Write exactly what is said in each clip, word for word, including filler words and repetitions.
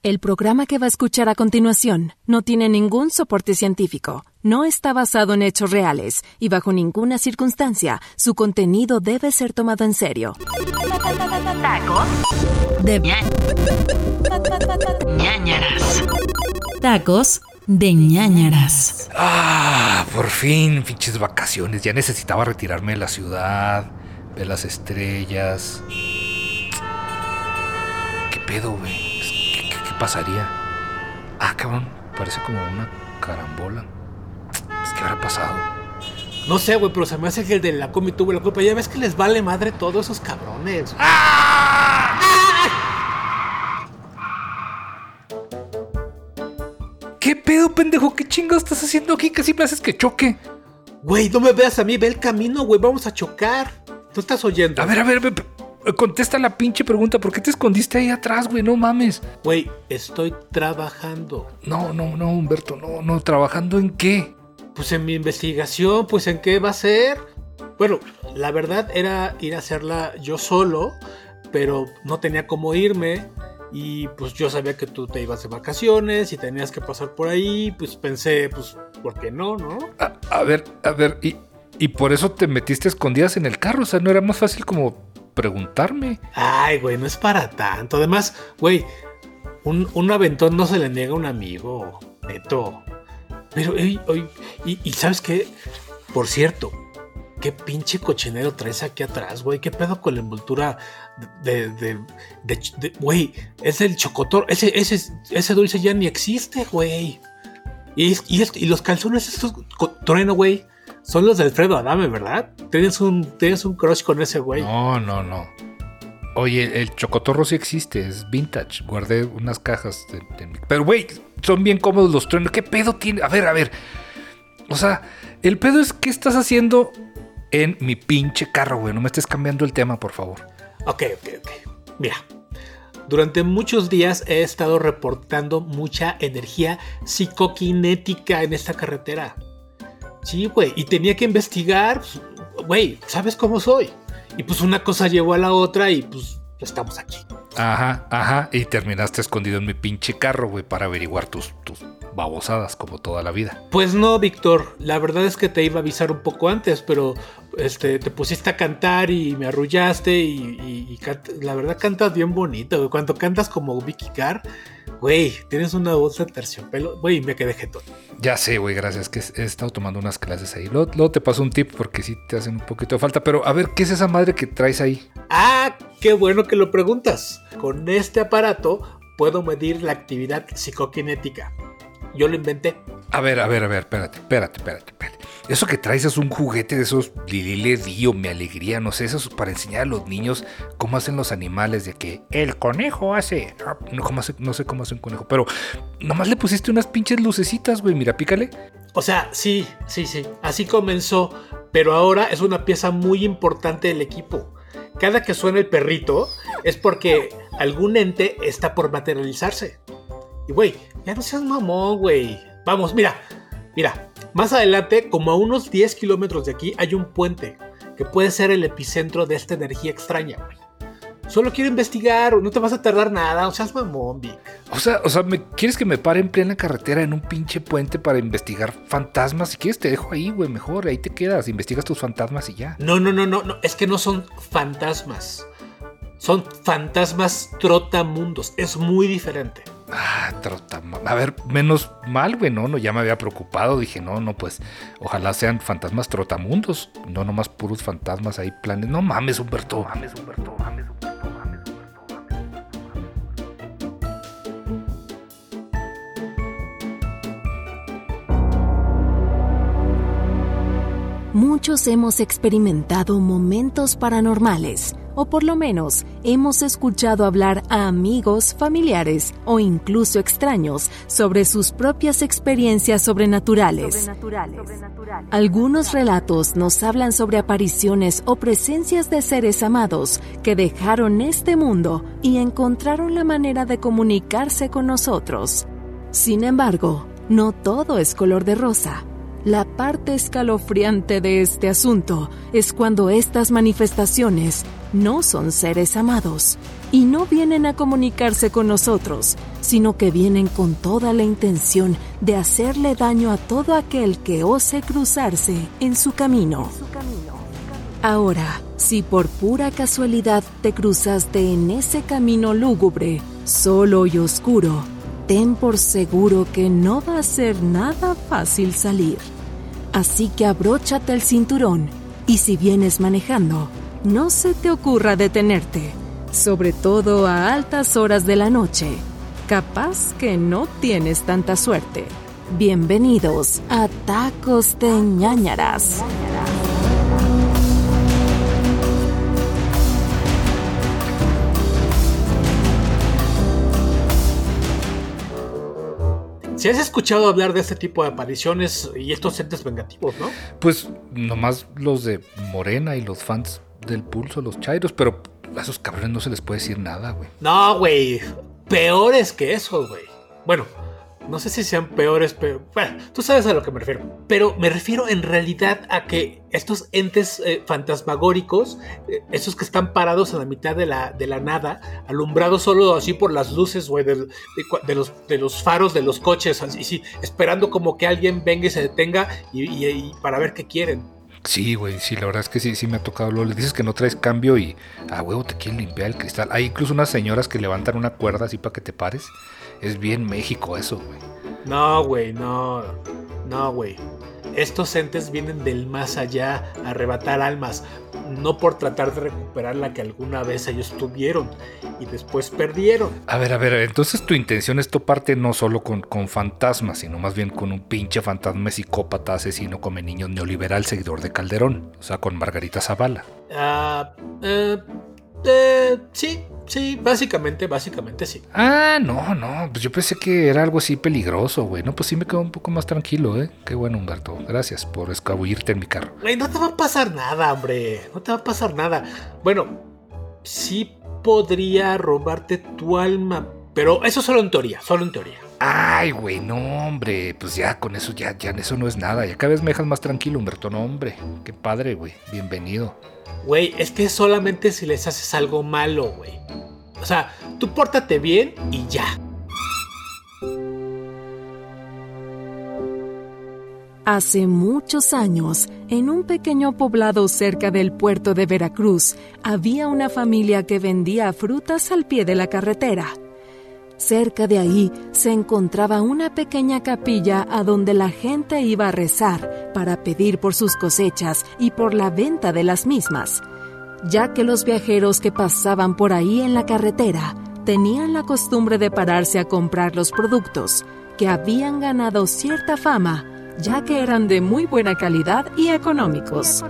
El programa que va a escuchar a continuación no tiene ningún soporte científico, no está basado en hechos reales y bajo ninguna circunstancia su contenido debe ser tomado en serio. Tacos de ñañaras. Tacos de ñañaras. Ah, por fin, pinches vacaciones. Ya necesitaba retirarme de la ciudad, ver las estrellas. ¿Qué pedo, güey? ¿Qué, qué, qué pasaría? Ah, cabrón, parece como una carambola. Pues, ¿qué habrá pasado? No sé, güey, pero se me hace que el de la comi tuvo la culpa. Ya ves que les vale madre todos esos cabrones. ¡Ah! ¿Qué pedo, pendejo? ¿Qué chingados estás haciendo aquí? Casi me haces que choque. Güey, no me veas a mí, ve el camino, güey, vamos a chocar. ¿Tú estás oyendo? A ver, a ver, a ver, contesta la pinche pregunta. ¿Por qué te escondiste ahí atrás, güey? No mames. Güey, estoy trabajando. No, no, no, Humberto, no, no. ¿Trabajando en qué? Pues en mi investigación, pues en qué va a ser. Bueno, la verdad era ir a hacerla yo solo, pero no tenía cómo irme. Y pues yo sabía que tú te ibas de vacaciones y tenías que pasar por ahí. Pues pensé, pues, ¿por qué no, no? A, a ver, a ver, y, y por eso te metiste escondidas en el carro. O sea, ¿no era más fácil como preguntarme? Ay, güey, no es para tanto. Además, güey, un, un aventón no se le niega a un amigo, neto. Pero, y, y, y ¿sabes qué? Por cierto, ¿qué pinche cochinero traes aquí atrás, güey? ¿Qué pedo con la envoltura de... de, de, de güey, es el chocotor. Ese, ese, ese dulce ya ni existe, güey. Y, y, y los calzones estos, Trueno, güey, son los de Alfredo Adame, ¿verdad? ¿Tienes un, tienes un crush con ese güey? No, no, no. Oye, el chocotorro sí existe, es vintage. Guardé unas cajas de, de... Pero, güey, son bien cómodos los Trueno. ¿Qué pedo tiene? A ver, a ver. O sea, el pedo es ¿qué estás haciendo en mi pinche carro, güey? No me estés cambiando el tema, por favor. Ok, ok, ok. Mira, durante muchos días he estado reportando mucha energía psicoquinética en esta carretera. Sí, güey, y tenía que investigar. Güey, ¿sabes cómo soy? Y pues una cosa llevó a la otra y pues estamos aquí. Ajá, ajá. Y terminaste escondido en mi pinche carro, güey, para averiguar tus, tus babosadas como toda la vida. Pues no, Víctor. La verdad es que te iba a avisar un poco antes, pero este, te pusiste a cantar y me arrullaste y, y, y canta, la verdad cantas bien bonito, güey. Cuando cantas como Vicky Carr, güey, tienes una voz de terciopelo. Güey, me quedé jetón. Ya sé, güey, gracias, que he estado tomando unas clases ahí. Luego, luego te paso un tip porque sí te hacen un poquito de falta. Pero a ver, ¿qué es esa madre que traes ahí? Ah, qué bueno que lo preguntas. Con este aparato puedo medir la actividad psicoquinética. Yo lo inventé. A ver, a ver, a ver, espérate, espérate, espérate, espérate. Eso que traes es un juguete de esos Lili Dio, mi alegría, no sé, eso es para enseñar a los niños cómo hacen los animales, de que el conejo hace... No, cómo hace, no sé cómo hace un conejo, pero nomás le pusiste unas pinches lucecitas, güey, mira, pícale. O sea, sí, sí, sí, así comenzó, pero ahora es una pieza muy importante del equipo. Cada que suena el perrito es porque algún ente está por materializarse. Y güey, ya no seas mamón, güey. Vamos, mira, mira. Más adelante, como a unos diez kilómetros de aquí, hay un puente que puede ser el epicentro de esta energía extraña, güey. Solo quiero investigar, no te vas a tardar nada, o seas mamón, Vic. O sea, o sea, ¿me quieres que me pare en plena carretera en un pinche puente para investigar fantasmas? Si quieres te dejo ahí, güey, mejor, ahí te quedas, investigas tus fantasmas y ya. No, no, no, no, no, es que no son fantasmas. Son fantasmas trotamundos, es muy diferente. Ah, trotamundos. A ver, menos mal, güey, no, no, ya me había preocupado. Dije, no, no, pues, ojalá sean fantasmas trotamundos. No nomás puros fantasmas ahí, planes. No mames, Humberto. Mames, Humberto, mames, Humberto, mames, Humberto, mames. Muchos hemos experimentado momentos paranormales, o por lo menos hemos escuchado hablar a amigos, familiares o incluso extraños sobre sus propias experiencias sobrenaturales. sobrenaturales. sobrenaturales. Algunos relatos nos hablan sobre apariciones o presencias de seres amados que dejaron este mundo y encontraron la manera de comunicarse con nosotros. Sin embargo, no todo es color de rosa. La parte escalofriante de este asunto es cuando estas manifestaciones no son seres amados y no vienen a comunicarse con nosotros, sino que vienen con toda la intención de hacerle daño a todo aquel que ose cruzarse en su camino. Ahora, si por pura casualidad te cruzaste en ese camino lúgubre, solo y oscuro, ten por seguro que no va a ser nada fácil salir. Así que abróchate el cinturón y si vienes manejando, no se te ocurra detenerte, sobre todo a altas horas de la noche. Capaz que no tienes tanta suerte. Bienvenidos a Tacos de Ñañaras. Si has escuchado hablar de este tipo de apariciones y estos entes vengativos, ¿no? Pues nomás los de Morena y los fans del Pulso, los chairos, pero a esos cabrones no se les puede decir nada, güey. No, güey, peores que eso, güey. Bueno, no sé si sean peores, pero bueno, tú sabes a lo que me refiero. Pero me refiero en realidad a que estos entes eh, fantasmagóricos, eh, esos que están parados a la mitad de la, de la nada, alumbrados solo así por las luces, güey, de, de, de, los, de los faros de los coches, así, sí, esperando como que alguien venga y se detenga y, y, y para ver qué quieren. Sí, güey, sí, la verdad es que sí, sí me ha tocado. Luego le dices que no traes cambio y a huevo te quieren limpiar el cristal. Hay incluso unas señoras que levantan una cuerda así para que te pares. Es bien México eso, güey. No, güey, no. No, güey. Estos entes vienen del más allá a arrebatar almas, no por tratar de recuperar la que alguna vez ellos tuvieron y después perdieron. A ver, a ver, entonces tu intención es toparte no solo con, con fantasmas, sino más bien con un pinche fantasma psicópata, asesino, come niños, neoliberal, seguidor de Calderón, o sea, con Margarita Zavala. Ah, uh, eh, eh, sí. Sí, básicamente, básicamente sí. Ah, no, no, pues yo pensé que era algo así peligroso, güey. No, pues sí me quedo un poco más tranquilo, ¿eh? Qué bueno, Humberto. Gracias por escabullirte en mi carro. Güey, no te va a pasar nada, hombre. No te va a pasar nada. Bueno, sí podría robarte tu alma, pero eso solo en teoría, solo en teoría. Ay, güey, no, hombre. Pues ya, con eso, ya, ya, eso no es nada. Ya cada vez me dejas más tranquilo, Humberto. No, hombre. Qué padre, güey. Bienvenido. Güey, es que solamente si les haces algo malo, güey. O sea, tú pórtate bien y ya. Hace muchos años, en un pequeño poblado cerca del puerto de Veracruz, había una familia que vendía frutas al pie de la carretera. Cerca de ahí se encontraba una pequeña capilla a donde la gente iba a rezar para pedir por sus cosechas y por la venta de las mismas, ya que los viajeros que pasaban por ahí en la carretera tenían la costumbre de pararse a comprar los productos, que habían ganado cierta fama, ya que eran de muy buena calidad y económicos.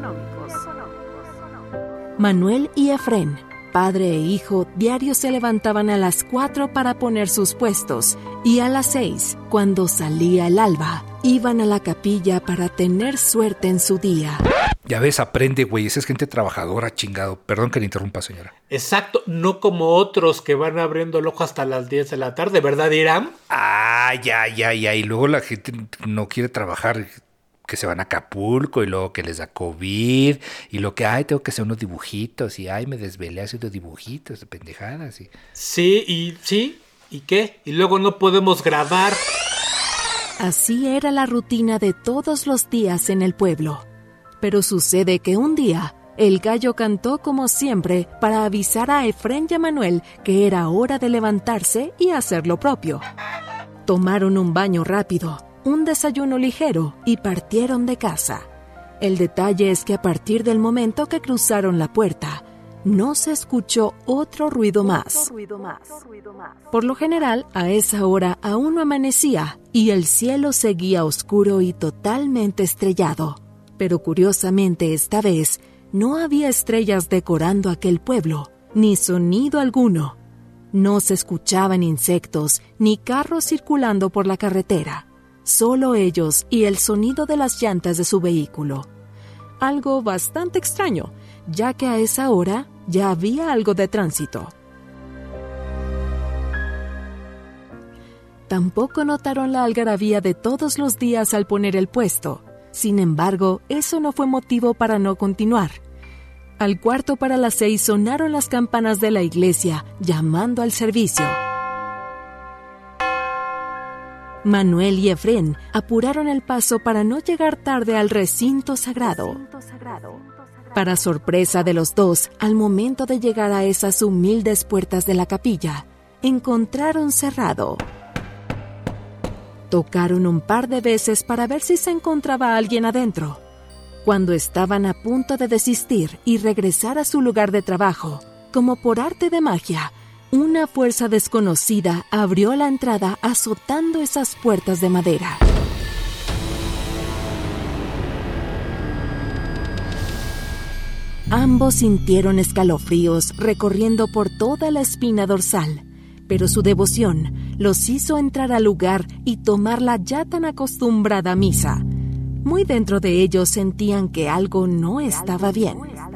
Manuel y Efrén, padre e hijo, diario se levantaban a las cuatro para poner sus puestos y a las seis, cuando salía el alba, iban a la capilla para tener suerte en su día. Ya ves, aprende, güey. Esa es gente trabajadora, chingado. Perdón que le interrumpa, señora. Exacto, no como otros que van abriendo el ojo hasta las diez de la tarde, ¿verdad, Irán? Ah, ya, ya, ya. Y luego la gente no quiere trabajar, que se van a Acapulco y luego que les da COVID y lo que, ay, tengo que hacer unos dibujitos y, ay, me desvelé haciendo dibujitos de pendejadas. Y... Sí, y sí, ¿y qué? Y luego no podemos grabar. Así era la rutina de todos los días en el pueblo. Pero sucede que un día, el gallo cantó como siempre para avisar a Efrén y a Manuel que era hora de levantarse y hacer lo propio. Tomaron un baño rápido, un desayuno ligero y partieron de casa. El detalle es que a partir del momento que cruzaron la puerta, no se escuchó otro ruido más. Por lo general, a esa hora aún no amanecía y el cielo seguía oscuro y totalmente estrellado. Pero curiosamente esta vez no había estrellas decorando aquel pueblo, ni sonido alguno. No se escuchaban insectos ni carros circulando por la carretera, solo ellos y el sonido de las llantas de su vehículo. Algo bastante extraño, ya que a esa hora ya había algo de tránsito. Tampoco notaron la algarabía de todos los días al poner el puesto. Sin embargo, eso no fue motivo para no continuar. Al cuarto para las seis sonaron las campanas de la iglesia, llamando al servicio. Manuel y Efrén apuraron el paso para no llegar tarde al recinto sagrado. Para sorpresa de los dos, al momento de llegar a esas humildes puertas de la capilla, encontraron cerrado. Tocaron un par de veces para ver si se encontraba alguien adentro. Cuando estaban a punto de desistir y regresar a su lugar de trabajo, como por arte de magia, una fuerza desconocida abrió la entrada azotando esas puertas de madera. Ambos sintieron escalofríos recorriendo por toda la espina dorsal, pero su devoción los hizo entrar al lugar y tomar la ya tan acostumbrada misa. Muy dentro de ellos sentían que algo no estaba bien.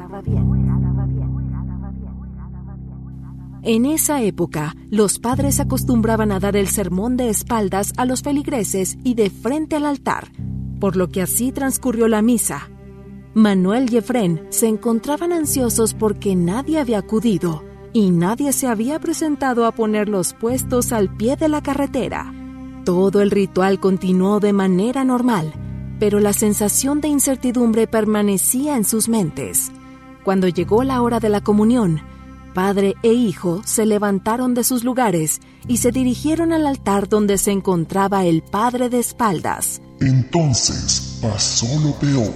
En esa época, los padres acostumbraban a dar el sermón de espaldas a los feligreses y de frente al altar, por lo que así transcurrió la misa. Manuel y Efrén se encontraban ansiosos porque nadie había acudido y nadie se había presentado a poner los puestos al pie de la carretera. Todo el ritual continuó de manera normal, pero la sensación de incertidumbre permanecía en sus mentes. Cuando llegó la hora de la comunión, padre e hijo se levantaron de sus lugares y se dirigieron al altar donde se encontraba el padre de espaldas. Entonces pasó lo peor.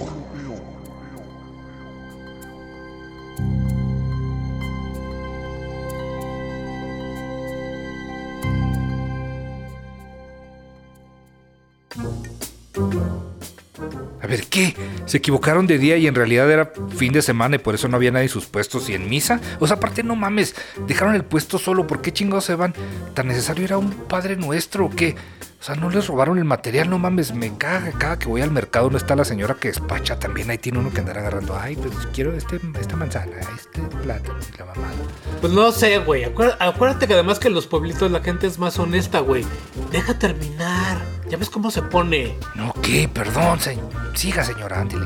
A ver, ¿qué? ¿Se equivocaron de día y en realidad era fin de semana y por eso no había nadie en sus puestos y en misa? O sea, aparte no mames, dejaron el puesto solo, ¿por qué chingados se van? ¿Tan necesario era un Padre Nuestro o qué? O sea, no les robaron el material, no mames, me caga. Cada que voy al mercado no está la señora que despacha también, ahí tiene uno que andar agarrando. Ay, pues quiero este, esta manzana, este plátano y la mamada. Pues no sé, güey, acuérdate, acuérdate que además que en los pueblitos la gente es más honesta, güey. Deja terminar, ya ves cómo se pone. No, ¿qué? Perdón, se... siga señora, ándele.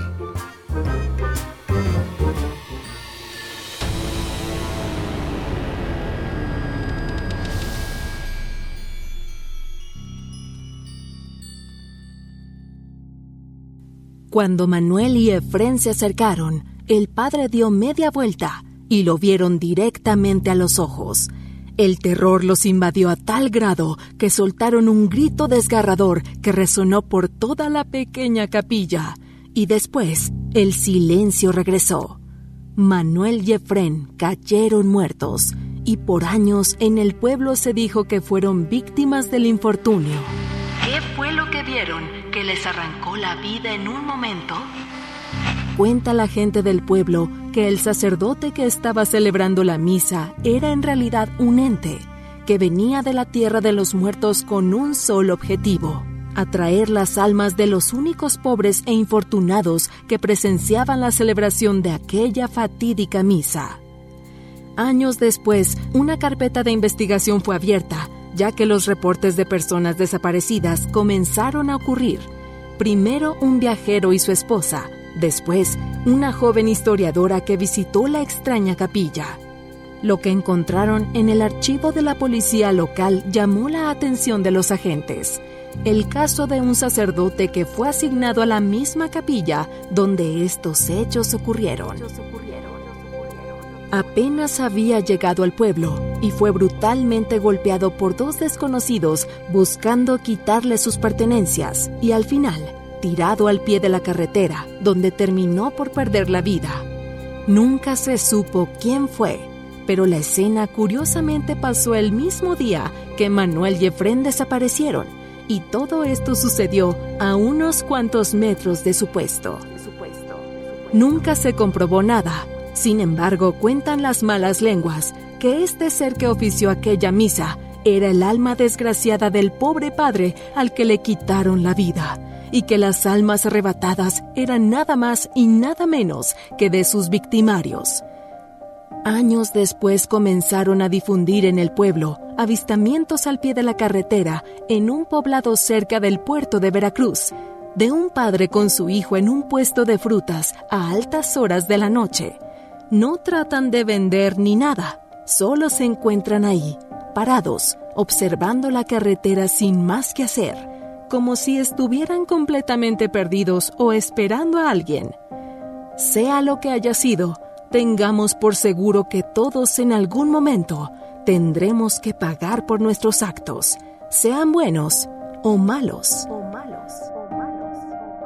Cuando Manuel y Efrén se acercaron, el padre dio media vuelta y lo vieron directamente a los ojos. El terror los invadió a tal grado que soltaron un grito desgarrador que resonó por toda la pequeña capilla. Y después, el silencio regresó. Manuel y Efrén cayeron muertos, y por años en el pueblo se dijo que fueron víctimas del infortunio. ¿Qué fue lo que vieron que les arrancó la vida en un momento? Cuenta la gente del pueblo que el sacerdote que estaba celebrando la misa era en realidad un ente que venía de la tierra de los muertos con un solo objetivo: atraer las almas de los únicos pobres e infortunados que presenciaban la celebración de aquella fatídica misa. Años después, una carpeta de investigación fue abierta, ya que los reportes de personas desaparecidas comenzaron a ocurrir. Primero un viajero y su esposa, después una joven historiadora que visitó la extraña capilla. Lo que encontraron en el archivo de la policía local llamó la atención de los agentes. El caso de un sacerdote que fue asignado a la misma capilla donde estos hechos ocurrieron. Apenas había llegado al pueblo y fue brutalmente golpeado por dos desconocidos buscando quitarle sus pertenencias y al final tirado al pie de la carretera, donde terminó por perder la vida. Nunca se supo quién fue, pero la escena curiosamente pasó el mismo día que Manuel y Efrén desaparecieron, y todo esto sucedió a unos cuantos metros de su puesto. Nunca se comprobó nada. Sin embargo, cuentan las malas lenguas que este ser que ofició aquella misa era el alma desgraciada del pobre padre al que le quitaron la vida, y que las almas arrebatadas eran nada más y nada menos que de sus victimarios. Años después comenzaron a difundir en el pueblo avistamientos al pie de la carretera en un poblado cerca del puerto de Veracruz, de un padre con su hijo en un puesto de frutas a altas horas de la noche. No tratan de vender ni nada, solo se encuentran ahí, parados, observando la carretera sin más que hacer, como si estuvieran completamente perdidos o esperando a alguien. Sea lo que haya sido, tengamos por seguro que todos en algún momento tendremos que pagar por nuestros actos, sean buenos o malos. O malos, o malos,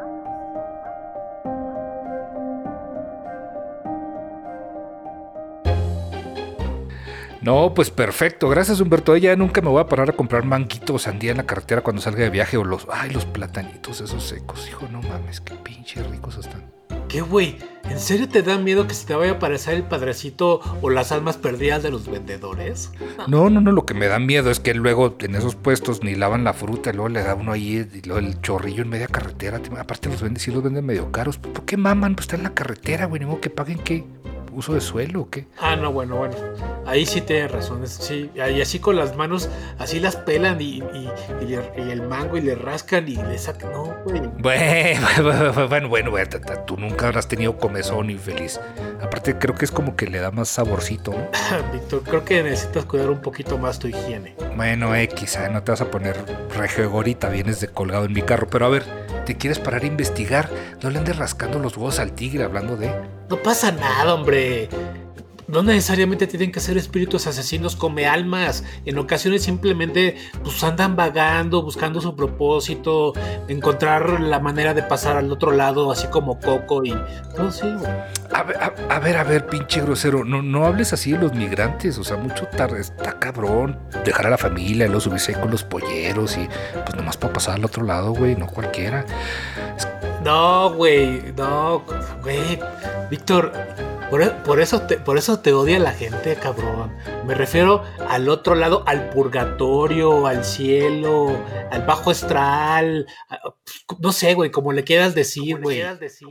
No, pues perfecto. Gracias, Humberto. Ya nunca me voy a parar a comprar manguito o sandía en la carretera cuando salga de viaje o los... Ay, los platanitos esos secos. Hijo, no mames, qué pinche ricos están. ¿Qué, güey? ¿En serio te da miedo que se te vaya a aparecer el padrecito o las almas perdidas de los vendedores? No, no, no. Lo que me da miedo es que luego en esos puestos ni lavan la fruta, y luego le da uno ahí y luego el chorrillo en media carretera. Aparte los venden, sí los venden medio caros. ¿Por qué maman? Pues está en la carretera, güey. Ni modo que paguen, ¿qué? ¿Uso de suelo o qué? Ah, no, bueno, bueno. Ahí sí tienes razón. Sí, y así con las manos, así las pelan y, y, y, le, y el mango y le rascan y le sacan. No, güey. Bueno, bueno, bueno, bueno, tú nunca habrás tenido comezón infeliz. Aparte, creo que es como que le da más saborcito, ¿no? Víctor, creo que necesitas cuidar un poquito más tu higiene. Bueno, X, ¿eh? No te vas a poner regio ahorita, vienes de colgado en mi carro. Pero a ver, ¿te quieres parar a investigar? No le andes rascando los huevos al tigre hablando de... No pasa nada, hombre. No necesariamente tienen que ser espíritus asesinos come almas. En ocasiones simplemente pues andan vagando, buscando su propósito, encontrar la manera de pasar al otro lado, así como Coco y... No sé, güey. A ver, a, a ver, a ver, pinche grosero, no, no hables así de los migrantes, o sea, mucho tarde, está cabrón, dejar a la familia, luego subirse ahí con los polleros y pues nomás para pasar al otro lado, güey, no cualquiera. Es... No, güey, no, güey, Víctor, por, por, eso te, por eso te odia la gente, cabrón. Me refiero al otro lado, al purgatorio, al cielo, al bajo astral, a, no sé, güey, como le quieras decir, güey.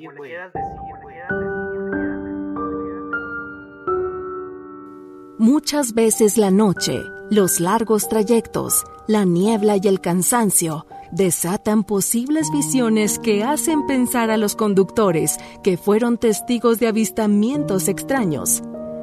Muchas veces la noche, los largos trayectos, la niebla y el cansancio desatan posibles visiones que hacen pensar a los conductores que fueron testigos de avistamientos extraños.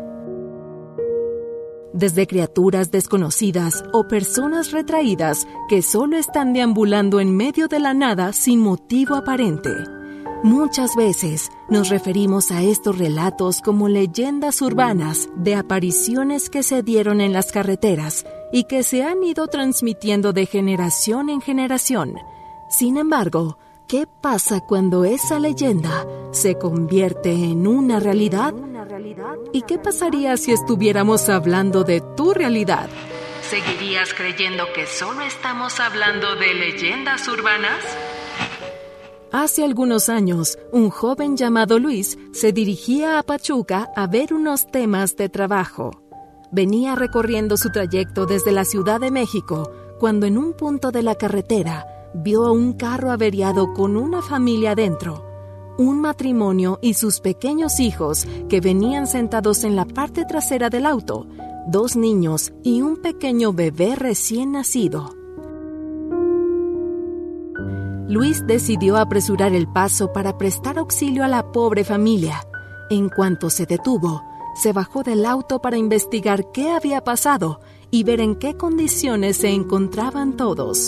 Desde criaturas desconocidas o personas retraídas que solo están deambulando en medio de la nada sin motivo aparente. Muchas veces nos referimos a estos relatos como leyendas urbanas de apariciones que se dieron en las carreteras y que se han ido transmitiendo de generación en generación. Sin embargo, ¿qué pasa cuando esa leyenda se convierte en una realidad? ¿Y qué pasaría si estuviéramos hablando de tu realidad? ¿Seguirías creyendo que solo estamos hablando de leyendas urbanas? Hace algunos años, un joven llamado Luis se dirigía a Pachuca a ver unos temas de trabajo. Venía recorriendo su trayecto desde la Ciudad de México cuando en un punto de la carretera vio un carro averiado con una familia dentro, un matrimonio y sus pequeños hijos que venían sentados en la parte trasera del auto, dos niños y un pequeño bebé recién nacido. Luis decidió apresurar el paso para prestar auxilio a la pobre familia. En cuanto se detuvo, se bajó del auto para investigar qué había pasado y ver en qué condiciones se encontraban todos.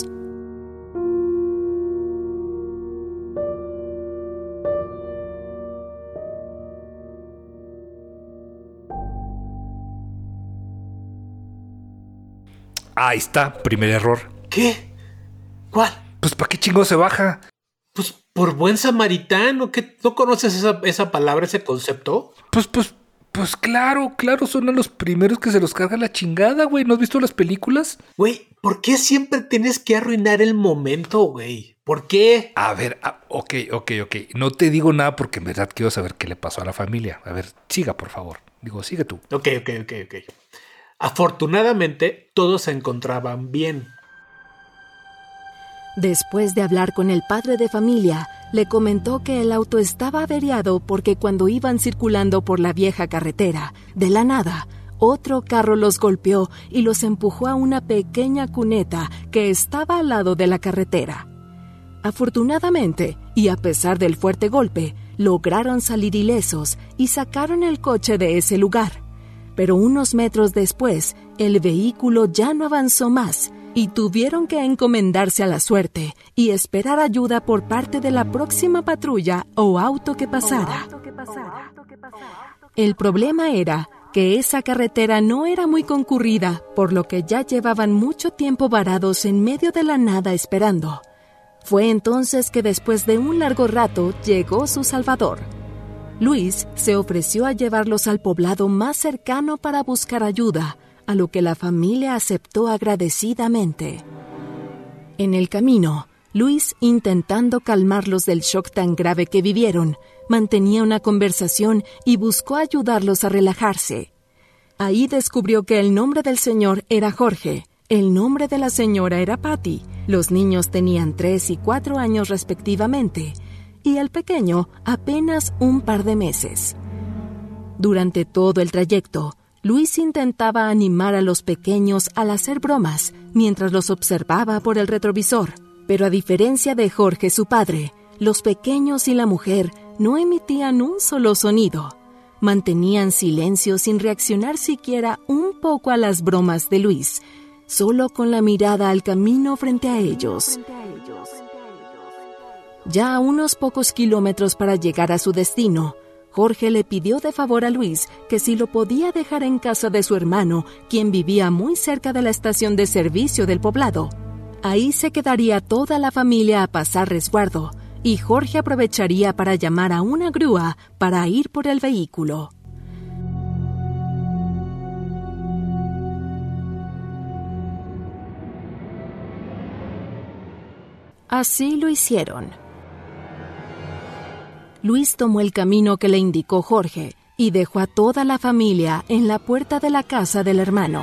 Ahí está, primer error. ¿Qué? ¿Cuál? Pues ¿para qué chingo se baja? Pues por buen samaritano. ¿Qué? ¿No conoces esa, esa palabra, ese concepto? Pues, pues, pues claro, claro, son a los primeros que se los carga la chingada, güey. ¿No has visto las películas? Güey, ¿por qué siempre tienes que arruinar el momento, güey? ¿Por qué? A ver, ah, ok, ok, ok. No te digo nada porque en verdad quiero saber qué le pasó a la familia. A ver, siga, por favor. Digo, sigue tú. Ok, ok, ok, ok. Afortunadamente, todos se encontraban bien. Después de hablar con el padre de familia, le comentó que el auto estaba averiado porque cuando iban circulando por la vieja carretera, de la nada, otro carro los golpeó y los empujó a una pequeña cuneta que estaba al lado de la carretera. Afortunadamente, y a pesar del fuerte golpe, lograron salir ilesos y sacaron el coche de ese lugar. Pero unos metros después, el vehículo ya no avanzó más y tuvieron que encomendarse a la suerte y esperar ayuda por parte de la próxima patrulla o auto que pasara. El problema era que esa carretera no era muy concurrida, por lo que ya llevaban mucho tiempo varados en medio de la nada esperando. Fue entonces que después de un largo rato llegó su salvador. Luis se ofreció a llevarlos al poblado más cercano para buscar ayuda, a lo que la familia aceptó agradecidamente. En el camino, Luis, intentando calmarlos del shock tan grave que vivieron, mantenía una conversación y buscó ayudarlos a relajarse. Ahí descubrió que el nombre del señor era Jorge, el nombre de la señora era Patty, los niños tenían tres y cuatro años respectivamente, y el pequeño apenas un par de meses. Durante todo el trayecto, Luis intentaba animar a los pequeños al hacer bromas mientras los observaba por el retrovisor, pero a diferencia de Jorge, su padre, los pequeños y la mujer no emitían un solo sonido. Mantenían silencio sin reaccionar siquiera un poco a las bromas de Luis, solo con la mirada al camino frente a ellos. Ya a unos pocos kilómetros para llegar a su destino, Jorge le pidió de favor a Luis que si lo podía dejar en casa de su hermano, quien vivía muy cerca de la estación de servicio del poblado. Ahí se quedaría toda la familia a pasar resguardo, y Jorge aprovecharía para llamar a una grúa para ir por el vehículo. Así lo hicieron. Luis tomó el camino que le indicó Jorge y dejó a toda la familia en la puerta de la casa del hermano.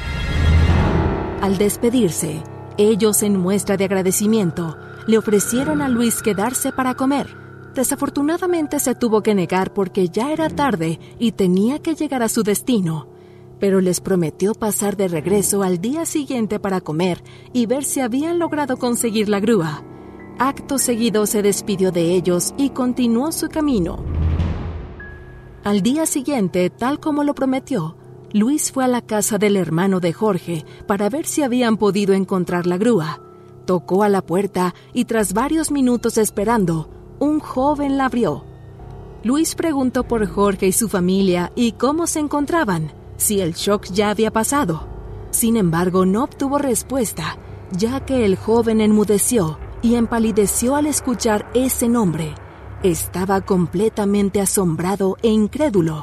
Al despedirse, ellos, en muestra de agradecimiento, le ofrecieron a Luis quedarse para comer. Desafortunadamente se tuvo que negar porque ya era tarde y tenía que llegar a su destino, pero les prometió pasar de regreso al día siguiente para comer y ver si habían logrado conseguir la grúa. Acto seguido se despidió de ellos y continuó su camino. Al día siguiente, tal como lo prometió, Luis fue a la casa del hermano de Jorge para ver si habían podido encontrar la grúa. Tocó a la puerta y tras varios minutos esperando, un joven la abrió. Luis preguntó por Jorge y su familia y cómo se encontraban, si el shock ya había pasado. Sin embargo, no obtuvo respuesta, ya que el joven enmudeció y empalideció al escuchar ese nombre. Estaba completamente asombrado e incrédulo.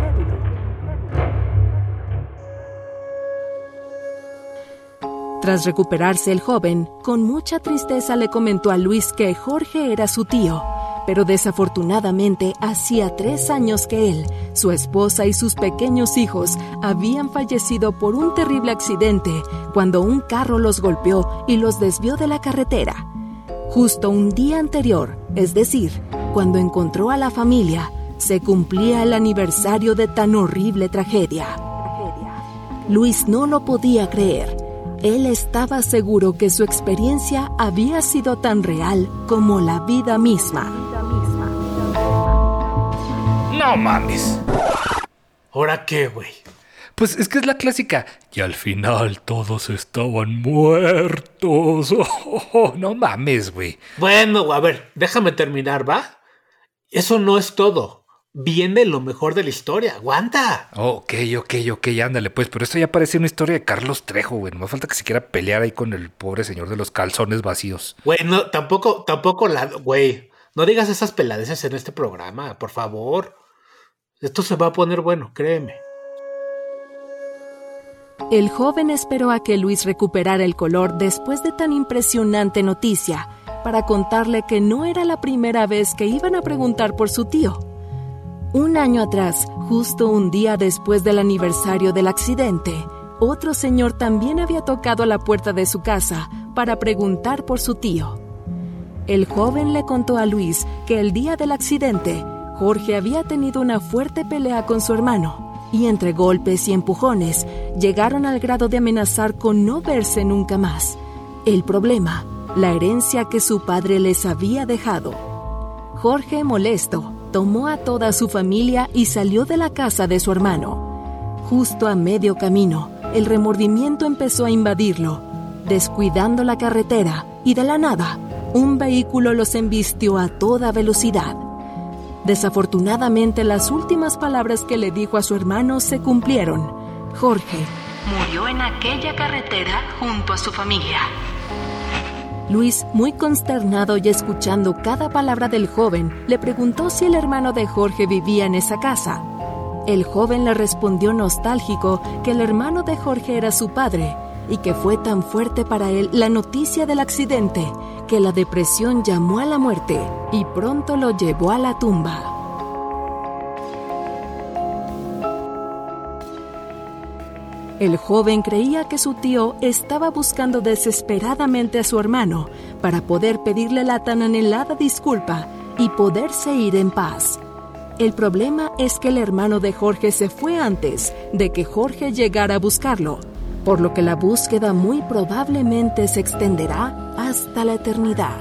Tras recuperarse el joven, con mucha tristeza le comentó a Luis que Jorge era su tío, pero desafortunadamente hacía tres años que él, su esposa y sus pequeños hijos habían fallecido por un terrible accidente cuando un carro los golpeó y los desvió de la carretera. Justo un día anterior, es decir, cuando encontró a la familia, se cumplía el aniversario de tan horrible tragedia. Luis no lo podía creer. Él estaba seguro que su experiencia había sido tan real como la vida misma. No mames. ¿Ahora qué, güey? Pues es que es la clásica. Y al final todos estaban muertos. Oh, oh, oh. No mames, güey. Bueno, a ver, déjame terminar, ¿va? Eso no es todo. Viene lo mejor de la historia. ¡Aguanta! Oh, ok, ok, ok, ándale, pues. Pero esto ya parece una historia de Carlos Trejo, güey. No me falta que se quiera pelear ahí con el pobre señor de los calzones vacíos. Güey, no, tampoco, tampoco la... Güey, no digas esas peladeces en este programa, por favor. Esto se va a poner bueno, créeme. El joven esperó a que Luis recuperara el color después de tan impresionante noticia, para contarle que no era la primera vez que iban a preguntar por su tío. Un año atrás, justo un día después del aniversario del accidente, otro señor también había tocado a la puerta de su casa para preguntar por su tío. El joven le contó a Luis que el día del accidente, Jorge había tenido una fuerte pelea con su hermano, y entre golpes y empujones, llegaron al grado de amenazar con no verse nunca más. El problema, la herencia que su padre les había dejado. Jorge, molesto, tomó a toda su familia y salió de la casa de su hermano. Justo a medio camino, el remordimiento empezó a invadirlo, descuidando la carretera, y de la nada, un vehículo los embistió a toda velocidad. Desafortunadamente, las últimas palabras que le dijo a su hermano se cumplieron. Jorge murió en aquella carretera junto a su familia. Luis, muy consternado y escuchando cada palabra del joven, le preguntó si el hermano de Jorge vivía en esa casa. El joven le respondió nostálgico que el hermano de Jorge era su padre y que fue tan fuerte para él la noticia del accidente que la depresión llamó a la muerte y pronto lo llevó a la tumba. El joven creía que su tío estaba buscando desesperadamente a su hermano para poder pedirle la tan anhelada disculpa y poderse ir en paz. El problema es que el hermano de Jorge se fue antes de que Jorge llegara a buscarlo, por lo que la búsqueda muy probablemente se extenderá hasta la eternidad.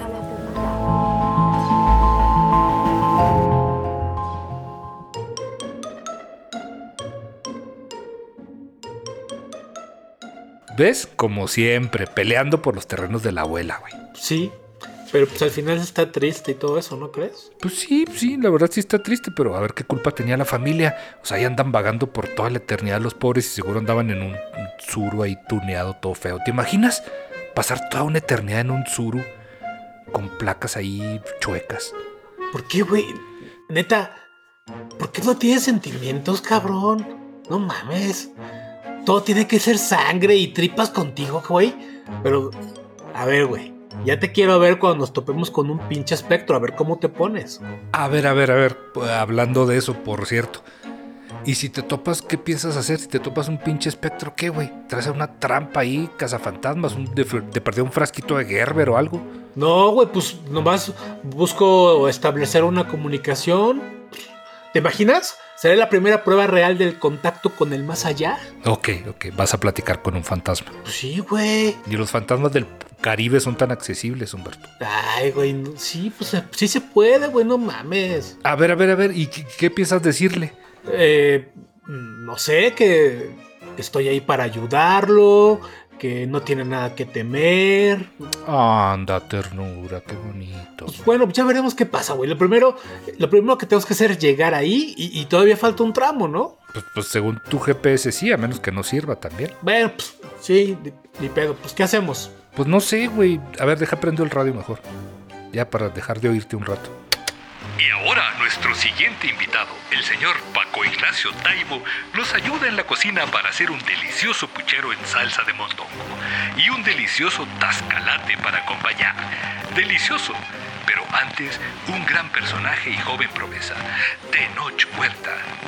¿Ves? Como siempre, peleando por los terrenos de la abuela, güey. Sí, pero pues al final está triste y todo eso, ¿no crees? Pues sí, sí, la verdad sí está triste, pero a ver qué culpa tenía la familia. O sea, ahí andan vagando por toda la eternidad los pobres y seguro andaban en un, un suru ahí tuneado, todo feo. ¿Te imaginas pasar toda una eternidad en un suru con placas ahí chuecas? ¿Por qué, güey? Neta, ¿por qué no tienes sentimientos, cabrón? No mames. Todo tiene que ser sangre y tripas contigo, güey. Pero, a ver, güey. Ya te quiero ver cuando nos topemos con un pinche espectro. A ver cómo te pones. A ver, a ver, a ver. Hablando de eso, por cierto. Y si te topas, ¿qué piensas hacer? Si te topas un pinche espectro, ¿qué, güey? ¿Traes una trampa ahí, cazafantasmas? Un, de, de perder un frasquito de Gerber o algo? No, güey, pues nomás busco establecer una comunicación. ¿Te imaginas? ¿Será la primera prueba real del contacto con el más allá? Ok, ok. Vas a platicar con un fantasma. Pues sí, güey. Y los fantasmas del Caribe son tan accesibles, Humberto. Ay, güey. No, sí, pues sí se puede, güey. No mames. A ver, a ver, a ver. ¿Y qué, qué piensas decirle? Eh, no sé, que, que estoy ahí para ayudarlo, que no tiene nada que temer. Anda, ternura, qué bonito. Pues bueno, ya veremos qué pasa, güey. Lo primero, lo primero que tenemos que hacer es llegar ahí y, y todavía falta un tramo, ¿no? Pues, pues según tu G P S sí, a menos que no sirva también. Bueno, pues sí, ni, ni pedo. Pues ¿qué hacemos? Pues no sé, güey. A ver, deja prendo el radio mejor. Ya para dejar de oírte un rato. Y ahora nuestro siguiente invitado, el señor Paco Ignacio Taibo, nos ayuda en la cocina para hacer un delicioso puchero en salsa de mondongo y un delicioso tascalate para acompañar. Delicioso, pero antes un gran personaje y joven promesa, Tenoch Huerta.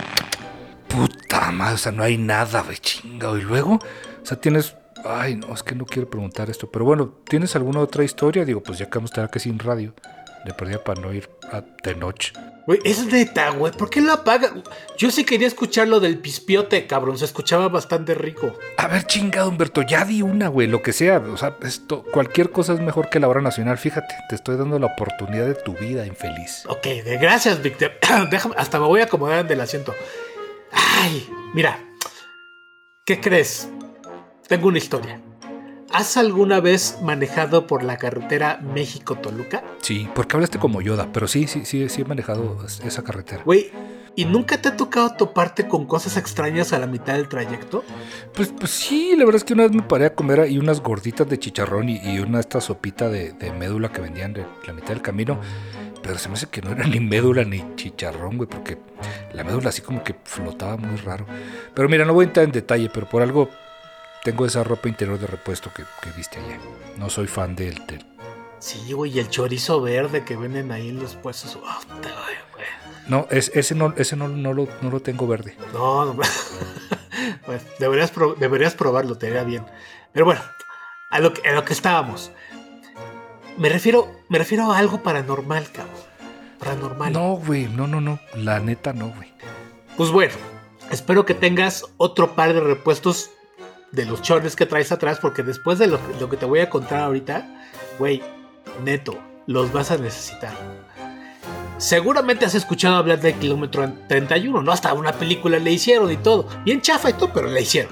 Puta madre, o sea, no hay nada, güey, chingado. Y luego, o sea, tienes... Ay, no, es que no quiero preguntar esto, pero bueno, ¿tienes alguna otra historia? Digo, pues ya que vamos a estar aquí sin radio. Le perdía para no ir a Tenoch. Güey, es neta, güey. ¿Por qué lo apaga? Yo sí quería escuchar lo del pispiote, cabrón. Se escuchaba bastante rico. A ver, chingado, Humberto. Ya di una, güey. Lo que sea. O sea, esto, cualquier cosa es mejor que la hora nacional. Fíjate, te estoy dando la oportunidad de tu vida, infeliz. Ok, de gracias, Víctor. Déjame, hasta me voy a acomodar del asiento. Ay, mira. ¿Qué crees? Tengo una historia. ¿Has alguna vez manejado por la carretera México-Toluca? Sí, porque hablaste como Yoda, pero sí, sí, sí, sí he manejado esa carretera. Güey, ¿y nunca te ha tocado toparte con cosas extrañas a la mitad del trayecto? Pues, pues sí, la verdad es que una vez me paré a comer ahí unas gorditas de chicharrón y, y una esta sopita de, de médula que vendían de la mitad del camino. Pero se me hace que no era ni médula ni chicharrón, güey, porque la médula así como que flotaba muy raro. Pero mira, no voy a entrar en detalle, pero por algo... Tengo esa ropa interior de repuesto que, que viste allá. No soy fan del... del... Sí, güey, y el chorizo verde que venden ahí en los puestos. Oh, te voy, güey. No, es, ese, no, ese no, no, lo, no lo tengo verde. No, no. Bueno, deberías, pro, deberías probarlo, te iría bien. Pero bueno, a lo, que, a lo que estábamos. Me refiero, me refiero a algo paranormal, cabrón. Paranormal. No, güey, no, no, no. La neta no, güey. Pues bueno, espero que tengas otro par de repuestos de los chores que traes atrás, porque después de lo, lo que te voy a contar ahorita, güey, neto, los vas a necesitar. seguramente has escuchado hablar del kilómetro treinta y uno, ¿no? Hasta una película le hicieron y todo. Bien chafa y todo, pero le hicieron.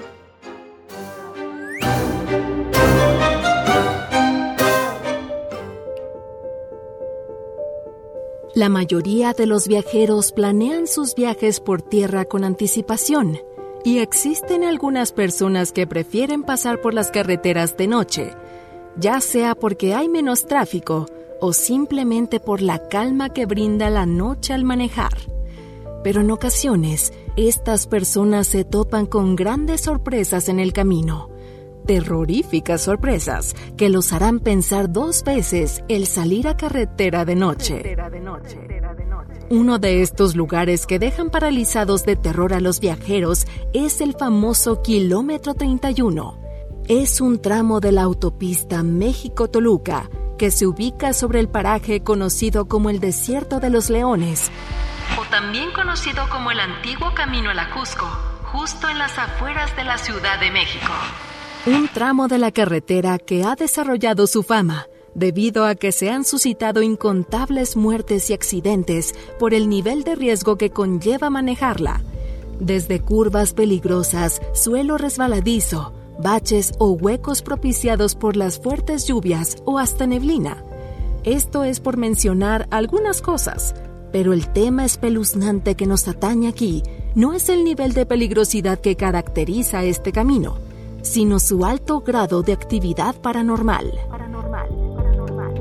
La mayoría de los viajeros planean sus viajes por tierra con anticipación, y existen algunas personas que prefieren pasar por las carreteras de noche, ya sea porque hay menos tráfico o simplemente por la calma que brinda la noche al manejar. Pero en ocasiones, estas personas se topan con grandes sorpresas en el camino. Terroríficas sorpresas que los harán pensar dos veces el salir a carretera de noche. Uno de estos lugares que dejan paralizados de terror a los viajeros es el famoso kilómetro treinta y uno. Es un tramo de la autopista México-Toluca que se ubica sobre el paraje conocido como el Desierto de los Leones, o también conocido como el antiguo Camino a la Cusco, justo en las afueras de la Ciudad de México. Un tramo de la carretera que ha desarrollado su fama debido a que se han suscitado incontables muertes y accidentes por el nivel de riesgo que conlleva manejarla. Desde curvas peligrosas, suelo resbaladizo, baches o huecos propiciados por las fuertes lluvias o hasta neblina. Esto es por mencionar algunas cosas, pero el tema espeluznante que nos atañe aquí no es el nivel de peligrosidad que caracteriza este camino, sino su alto grado de actividad paranormal. Paranormal, paranormal,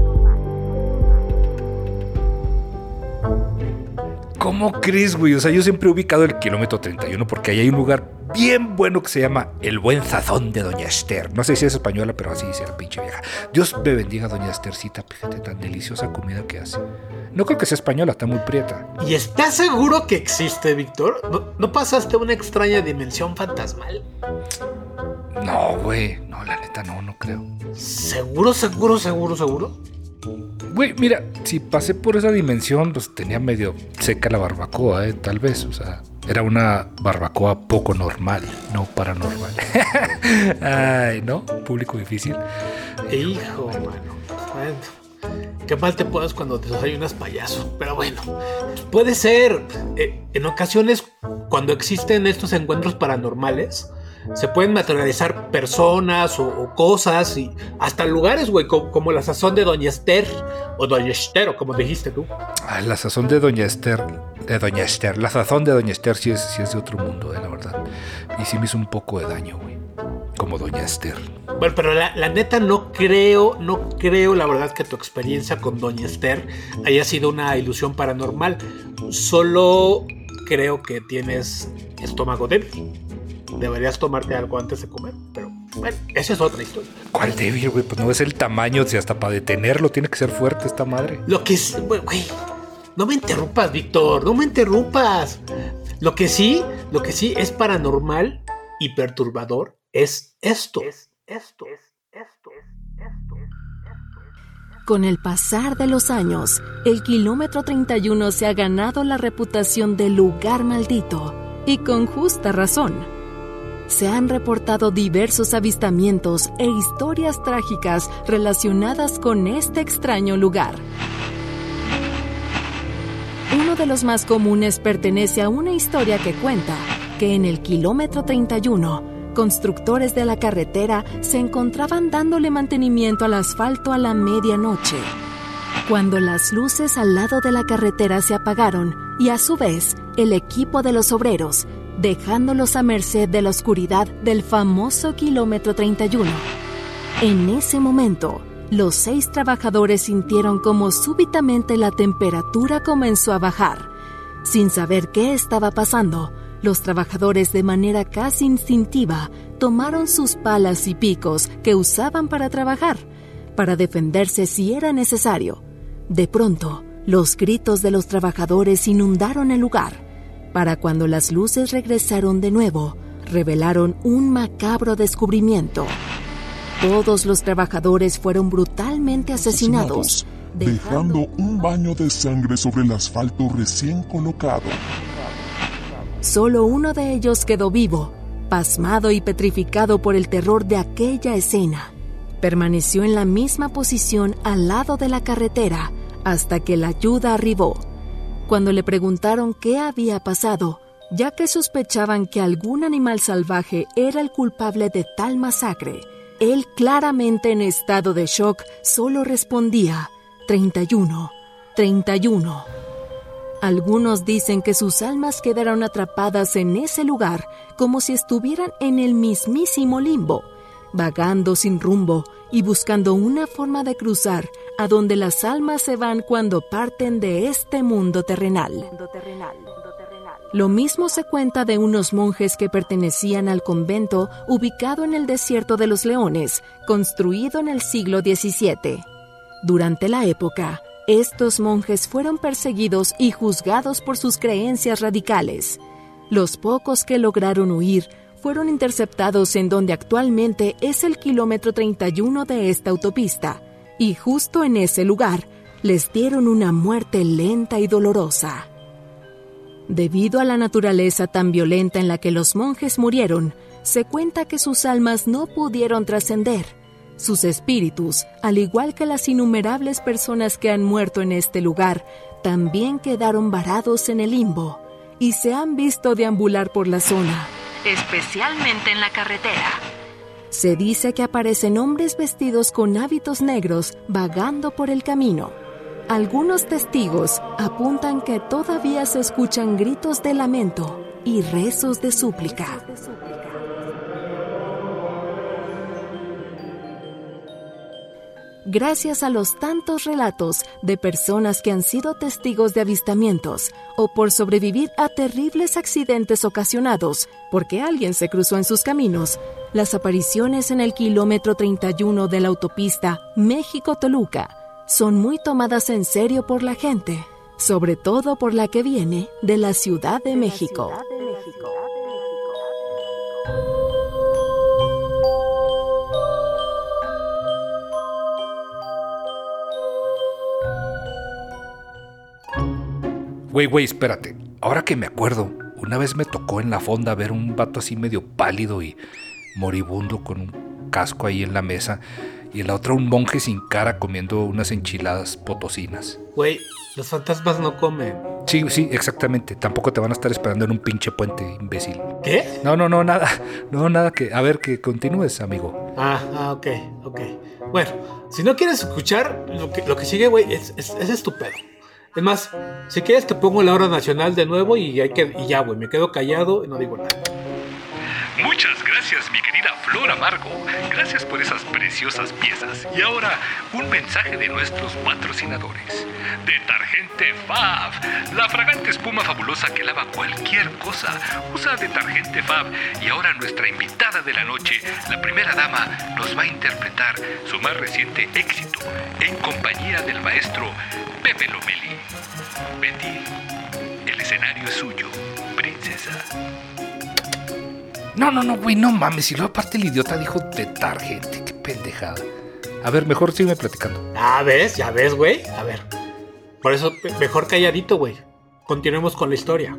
paranormal. ¿Cómo crees, güey? O sea, yo siempre he ubicado el kilómetro treinta y uno porque ahí hay un lugar bien bueno que se llama El Buen Sazón de Doña Esther. No sé si es española, pero así dice la pinche vieja. Dios me bendiga, Doña Esthercita, fíjate, tan deliciosa comida que hace. No creo que sea española, está muy prieta. ¿Y estás seguro que existe, Víctor? ¿No, ¿no pasaste una extraña dimensión fantasmal? No, güey, no, la neta no, no creo. ¿Seguro, seguro, seguro, seguro? Güey, mira, si pasé por esa dimensión, pues tenía medio seca la barbacoa, eh, tal vez, o sea, era una barbacoa poco normal, no paranormal. Ay, ¿no? Público difícil. Hijo, mano. Bueno, qué mal te pones cuando te desayunas payaso, pero bueno, puede ser. Eh, en ocasiones, cuando existen estos encuentros paranormales, se pueden materializar personas o, o cosas y hasta lugares, güey, como, como la sazón de Doña Esther o Doña Esther, o como dijiste tú. Ah, la sazón de Doña Esther, de Doña Esther, la sazón de Doña Esther sí es, sí es de otro mundo, eh, la verdad. Y sí me hizo un poco de daño, güey, como Doña Esther. Bueno, pero la, la neta no creo, no creo la verdad que tu experiencia con Doña Esther haya sido una ilusión paranormal. Solo creo que tienes estómago débil. Deberías tomarte algo antes de comer, pero bueno, esa es otra historia. ¿Cuál débil, güey? Pues no es el tamaño, si hasta para detenerlo tiene que ser fuerte esta madre. Lo que es, güey, no me interrumpas, Víctor, no me interrumpas. Lo que sí, lo que sí es paranormal y perturbador es esto. Es esto, es esto, es esto, es esto. Con el pasar de los años, el kilómetro treinta y uno se ha ganado la reputación de lugar maldito, y con justa razón. Se han reportado diversos avistamientos e historias trágicas relacionadas con este extraño lugar. Uno de los más comunes pertenece a una historia que cuenta que en el kilómetro treinta y uno, constructores de la carretera se encontraban dándole mantenimiento al asfalto a la medianoche, cuando las luces al lado de la carretera se apagaron y a su vez el equipo de los obreros, dejándolos a merced de la oscuridad del famoso kilómetro treinta y uno. En ese momento, los seis trabajadores sintieron como súbitamente la temperatura comenzó a bajar. Sin saber qué estaba pasando, los trabajadores de manera casi instintiva tomaron sus palas y picos que usaban para trabajar, para defenderse si era necesario. De pronto, los gritos de los trabajadores inundaron el lugar. Para cuando las luces regresaron de nuevo, revelaron un macabro descubrimiento. Todos los trabajadores fueron brutalmente asesinados, dejando un baño de sangre sobre el asfalto recién colocado. Solo uno de ellos quedó vivo, pasmado y petrificado por el terror de aquella escena. Permaneció en la misma posición al lado de la carretera hasta que la ayuda arribó. Cuando le preguntaron qué había pasado, ya que sospechaban que algún animal salvaje era el culpable de tal masacre, él, claramente en estado de shock, solo respondía treinta y uno, treinta y uno. Algunos dicen que sus almas quedaron atrapadas en ese lugar como si estuvieran en el mismísimo limbo, vagando sin rumbo y buscando una forma de cruzar a donde las almas se van cuando parten de este mundo terrenal. Lo mismo se cuenta de unos monjes que pertenecían al convento ubicado en el desierto de los Leones, construido en el siglo diecisiete. Durante la época, estos monjes fueron perseguidos y juzgados por sus creencias radicales. Los pocos que lograron huir fueron interceptados en donde actualmente es el kilómetro treinta y uno de esta autopista, y justo en ese lugar les dieron una muerte lenta y dolorosa. Debido a la naturaleza tan violenta en la que los monjes murieron, se cuenta que sus almas no pudieron trascender. Sus espíritus, al igual que las innumerables personas que han muerto en este lugar, también quedaron varados en el limbo y se han visto deambular por la zona, especialmente en la carretera. Se dice que aparecen hombres vestidos con hábitos negros vagando por el camino. Algunos testigos apuntan que todavía se escuchan gritos de lamento y rezos de súplica. Gracias a los tantos relatos de personas que han sido testigos de avistamientos o por sobrevivir a terribles accidentes ocasionados porque alguien se cruzó en sus caminos, las apariciones en el kilómetro treinta y uno de la autopista México-Toluca son muy tomadas en serio por la gente, sobre todo por la que viene de la Ciudad de México. Güey, güey, espérate. Ahora que me acuerdo, una vez me tocó en la fonda ver un vato así medio pálido y moribundo con un casco ahí en la mesa, y en la otra un monje sin cara comiendo unas enchiladas potosinas. Güey, los fantasmas no comen. Sí, sí, exactamente. Tampoco te van a estar esperando en un pinche puente, imbécil. ¿Qué? No, no, no, nada. No, nada que... A ver, que continúes, amigo. Ah, ah, ok, ok. Bueno, si no quieres escuchar, lo que, lo que sigue, güey, es, es, es estupendo. Es más, si quieres te pongo la hora nacional de nuevo y, hay que, y ya, güey, me quedo callado y no digo nada. Muchas gracias, mi querida Flor Amargo. Gracias por esas preciosas piezas. Y ahora, un mensaje de nuestros patrocinadores. Detergente Fab, la fragante espuma fabulosa que lava cualquier cosa. Usa Detergente Fab. Y ahora nuestra invitada de la noche, la primera dama, nos va a interpretar su más reciente éxito en compañía del maestro Pepe Lomeli. Betty, el escenario es suyo, princesa. No, no, no, güey, no mames. Y luego aparte el idiota dijo detergente. Qué pendejada. A ver, mejor sígueme platicando. Ah, ¿ves? Ya ves, güey. A ver. Por eso, mejor calladito, güey. Continuemos con la historia.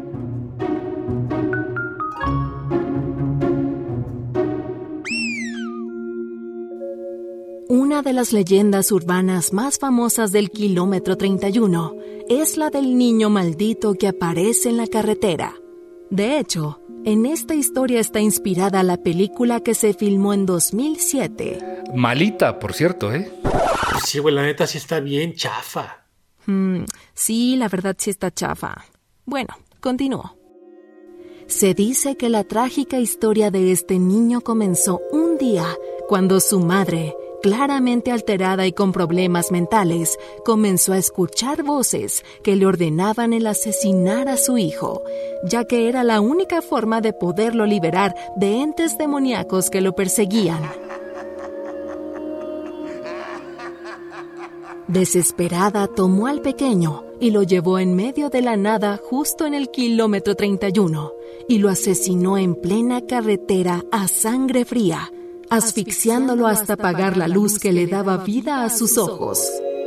Una de las leyendas urbanas más famosas del kilómetro treinta y uno es la del niño maldito que aparece en la carretera. De hecho, en esta historia está inspirada la película que se filmó en dos mil siete. Malita, por cierto, ¿eh? Pues sí, güey, la neta sí está bien chafa. Hmm, sí, la verdad sí está chafa. Bueno, continúo. Se dice que la trágica historia de este niño comenzó un día cuando su madre, claramente alterada y con problemas mentales, comenzó a escuchar voces que le ordenaban el asesinar a su hijo, ya que era la única forma de poderlo liberar de entes demoníacos que lo perseguían. Desesperada, tomó al pequeño y lo llevó en medio de la nada justo en el kilómetro treinta y uno y lo asesinó en plena carretera a sangre fría, asfixiándolo hasta apagar la luz que le daba vida a sus ojos.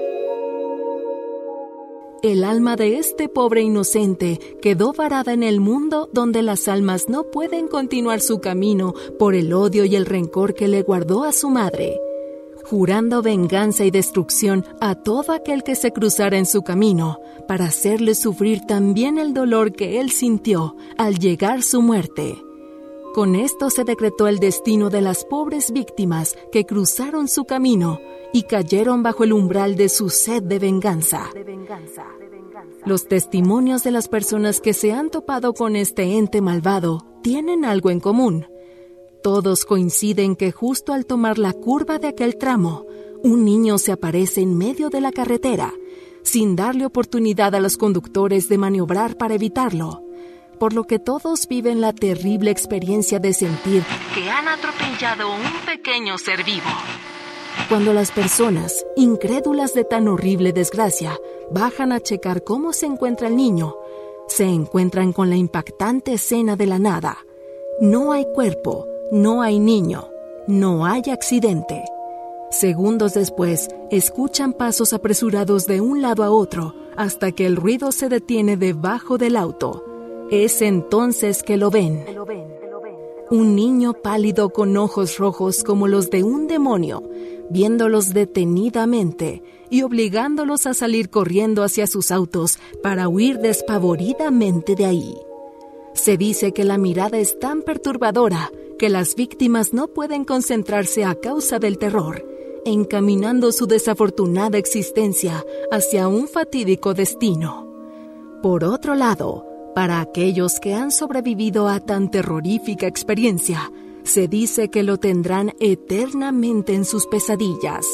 El alma de este pobre inocente quedó varada en el mundo donde las almas no pueden continuar su camino por el odio y el rencor que le guardó a su madre. jurando venganza y destrucción a todo aquel que se cruzara en su camino, para hacerle sufrir también el dolor que él sintió al llegar su muerte. Con esto se decretó el destino de las pobres víctimas que cruzaron su camino y cayeron bajo el umbral de su sed de venganza. Los testimonios de las personas que se han topado con este ente malvado tienen algo en común. Todos coinciden que justo al tomar la curva de aquel tramo, un niño se aparece en medio de la carretera, sin darle oportunidad a los conductores de maniobrar para evitarlo, por lo que todos viven la terrible experiencia de sentir que han atropellado un pequeño ser vivo. Cuando las personas, incrédulas de tan horrible desgracia, bajan a checar cómo se encuentra el niño, se encuentran con la impactante escena de la nada. No hay cuerpo, no hay niño, no hay accidente. Segundos después, escuchan pasos apresurados de un lado a otro hasta que el ruido se detiene debajo del auto. Es entonces que lo ven. Un niño pálido con ojos rojos como los de un demonio, viéndolos detenidamente y obligándolos a salir corriendo hacia sus autos para huir despavoridamente de ahí. Se dice que la mirada es tan perturbadora que las víctimas no pueden concentrarse a causa del terror, encaminando su desafortunada existencia hacia un fatídico destino. Por otro lado, para aquellos que han sobrevivido a tan terrorífica experiencia, se dice que lo tendrán eternamente en sus pesadillas.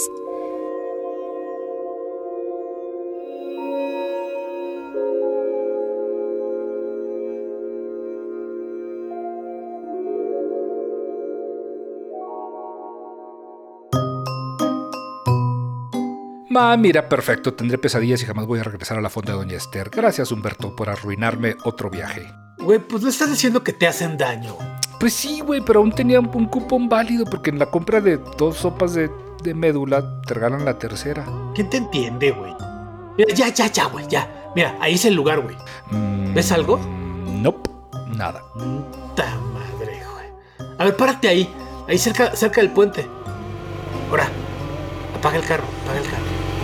Ma, mira, perfecto, tendré pesadillas y jamás voy a regresar a la fonda de Doña Esther. Gracias, Humberto, por arruinarme otro viaje. Güey, pues no estás diciendo que te hacen daño. Pues sí, güey, pero aún tenía un cupón válido porque en la compra de dos sopas de, de médula te regalan la tercera. ¿Quién te entiende, güey? Mira, ya, ya, ya, güey, ya. Mira, ahí es el lugar, güey. Mm, ¿Ves algo? Nope, nada. Puta madre, güey. A ver, párate ahí. Ahí cerca, cerca del puente. Ahora, apaga el carro, apaga el carro.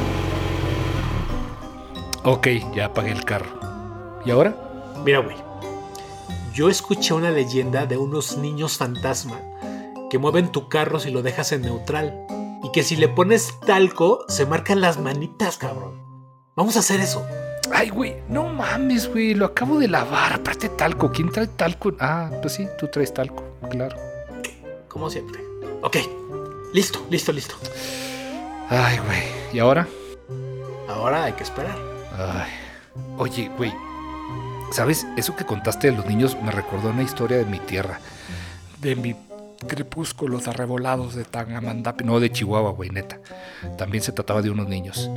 Ok, ya apagué el carro. ¿Y ahora? Mira, güey. Yo escuché una leyenda de unos niños fantasma que mueven tu carro si lo dejas en neutral. Y que si le pones talco, se marcan las manitas, cabrón. Vamos a hacer eso. Ay, güey, no mames, güey. Lo acabo de lavar. Aparte talco. ¿Quién trae talco? Ah, pues sí, tú traes talco, claro. Como siempre. Ok. Listo, listo, listo. Ay, güey. ¿Y ahora? Ahora hay que esperar. Ay. Oye, güey. ¿Sabes? Eso que contaste de los niños me recordó una historia de mi tierra. De mi crepúsculos arrebolados de Tangamandapio. No, de Chihuahua, güey, neta. También se trataba de unos niños.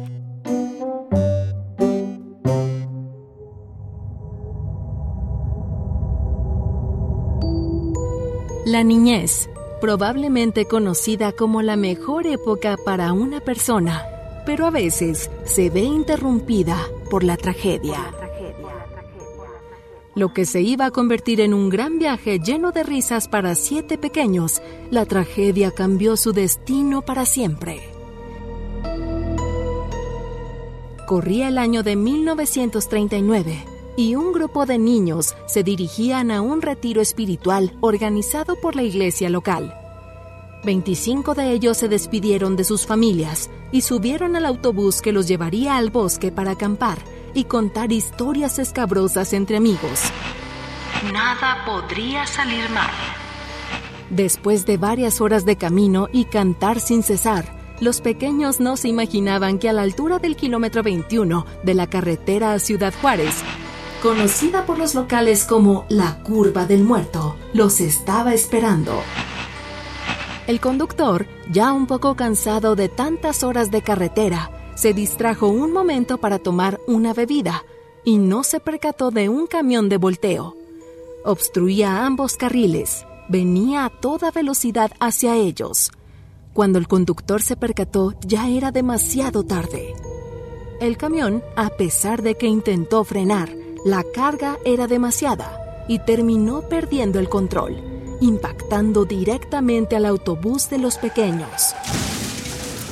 La niñez, probablemente conocida como la mejor época para una persona, pero a veces se ve interrumpida por la tragedia. Lo que se iba a convertir en un gran viaje lleno de risas para siete pequeños, la tragedia cambió su destino para siempre. Corría el año de mil novecientos treinta y nueve y un grupo de niños se dirigían a un retiro espiritual organizado por la iglesia local. veinticinco de ellos se despidieron de sus familias y subieron al autobús que los llevaría al bosque para acampar y contar historias escabrosas entre amigos. Nada podría salir mal. Después de varias horas de camino y cantar sin cesar, los pequeños no se imaginaban que a la altura del kilómetro veintiuno de la carretera a Ciudad Juárez, conocida por los locales como la Curva del Muerto, los estaba esperando. El conductor, ya un poco cansado de tantas horas de carretera, se distrajo un momento para tomar una bebida y no se percató de un camión de volteo. Obstruía ambos carriles, venía a toda velocidad hacia ellos. Cuando el conductor se percató, ya era demasiado tarde. El camión, a pesar de que intentó frenar, la carga era demasiada y terminó perdiendo el control, impactando directamente al autobús de los pequeños.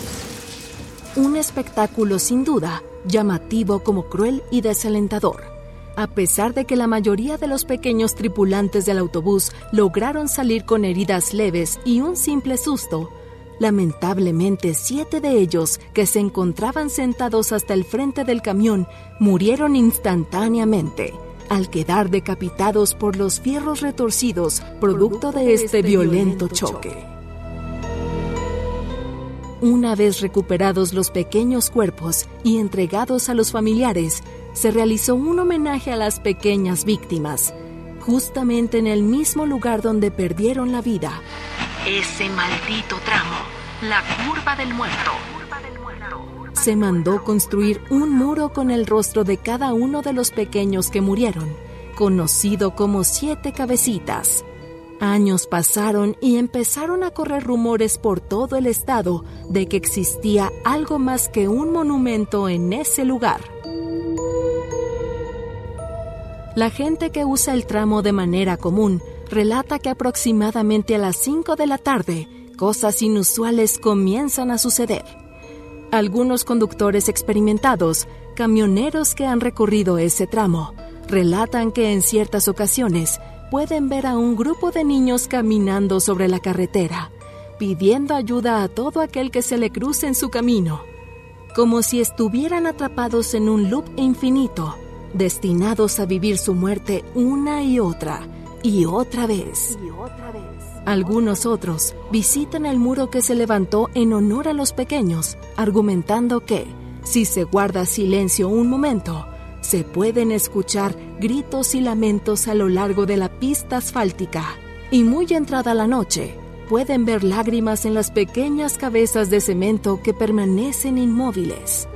Un espectáculo sin duda llamativo como cruel y desalentador. A pesar de que la mayoría de los pequeños tripulantes del autobús lograron salir con heridas leves y un simple susto, lamentablemente siete de ellos, que se encontraban sentados hasta el frente del camión, murieron instantáneamente, al quedar decapitados por los fierros retorcidos producto de este violento choque. Una vez recuperados los pequeños cuerpos y entregados a los familiares, se realizó un homenaje a las pequeñas víctimas, justamente en el mismo lugar donde perdieron la vida. Ese maldito tramo, la curva del muerto. Se mandó construir un muro con el rostro de cada uno de los pequeños que murieron, conocido como Siete Cabecitas. Años pasaron y empezaron a correr rumores por todo el estado de que existía algo más que un monumento en ese lugar. La gente que usa el tramo de manera común relata que aproximadamente a las cinco de la tarde, cosas inusuales comienzan a suceder. Algunos conductores experimentados, camioneros que han recorrido ese tramo, relatan que en ciertas ocasiones pueden ver a un grupo de niños caminando sobre la carretera, pidiendo ayuda a todo aquel que se le cruce en su camino, como si estuvieran atrapados en un loop infinito, destinados a vivir su muerte una y otra, y otra vez. Y otra vez. Algunos otros visitan el muro que se levantó en honor a los pequeños, argumentando que, si se guarda silencio un momento, se pueden escuchar gritos y lamentos a lo largo de la pista asfáltica. Y muy entrada la noche, pueden ver lágrimas en las pequeñas cabezas de cemento que permanecen inmóviles.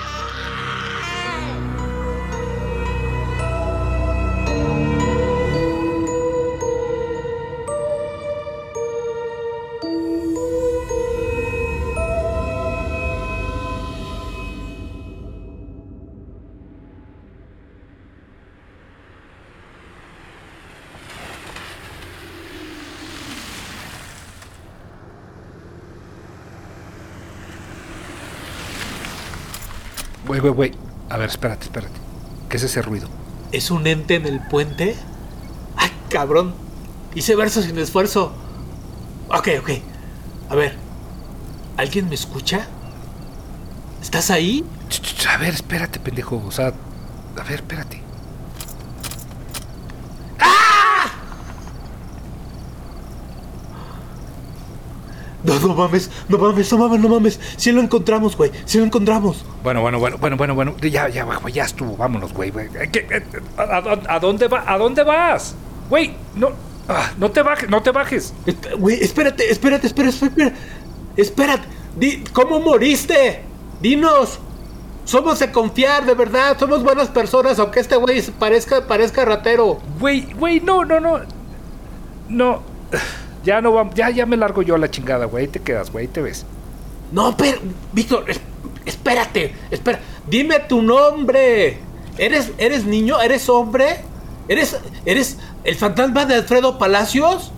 Güey, güey, güey. A ver, espérate, espérate. ¿Qué es ese ruido? ¿Es un ente en el puente? ¡Ay, cabrón! Hice verso sin esfuerzo. Ok, ok. A ver. ¿Alguien me escucha? ¿Estás ahí? Ch, ch, a ver, espérate, pendejo. O sea, a ver, espérate. No, no mames, no mames, no mames, no mames. Sí lo encontramos, güey, sí lo encontramos. Bueno, bueno, bueno, bueno, bueno, bueno. Ya, ya, güey, ya estuvo, vámonos, güey. ¿A, a, a dónde va? ¿A dónde vas? Güey, no, ah, no te bajes, no te bajes. Güey, espérate, espérate, espérate, espérate. Espérate, Di, ¿cómo moriste? Dinos. Somos de confiar, de verdad, somos buenas personas, aunque este güey parezca, parezca ratero. Güey, güey, no, no, no. No. Ya no va, ya, ya me largo yo a la chingada, güey. Ahí te quedas, güey, ahí te ves. No, pero, Víctor, es, espérate, espera. Dime tu nombre. ¿Eres, eres niño? ¿Eres hombre? ¿Eres, eres el fantasma de Alfredo Palacios?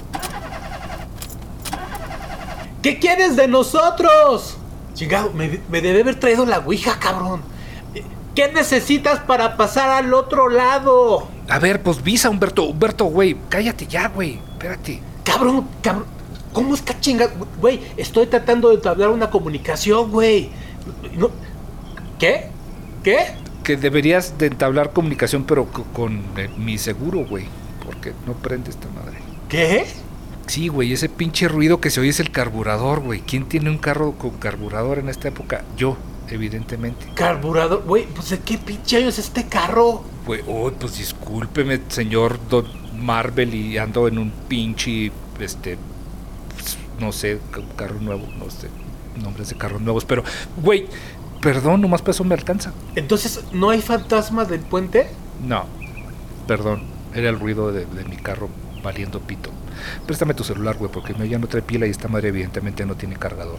¿Qué quieres de nosotros? Chingado, me, me debe haber traído la ouija, cabrón. ¿Qué necesitas para pasar al otro lado? A ver, pues visa, Humberto. Humberto, güey, cállate ya, güey. Espérate. Cabrón, cabrón, ¿cómo es que chingada? Güey, estoy tratando de entablar una comunicación, güey. No. ¿Qué? ¿Qué? Que deberías de entablar comunicación, pero con, con eh, mi seguro, güey. Porque no prende esta madre. ¿Qué? Sí, güey, ese pinche ruido que se oye es el carburador, güey. ¿Quién tiene un carro con carburador en esta época? Yo, evidentemente. ¿Carburador? Güey, pues ¿de qué pinche año es este carro? Güey, oh, pues discúlpeme, señor Don Marvel, y ando en un pinche, este, no sé, carro nuevo, no sé, nombres de carros nuevos, pero, güey, perdón, nomás para eso me alcanza. Entonces, ¿no hay fantasma del puente? No, perdón, era el ruido de, de mi carro valiendo pito. Préstame tu celular, güey, porque no, ya no trae pila y esta madre evidentemente no tiene cargador.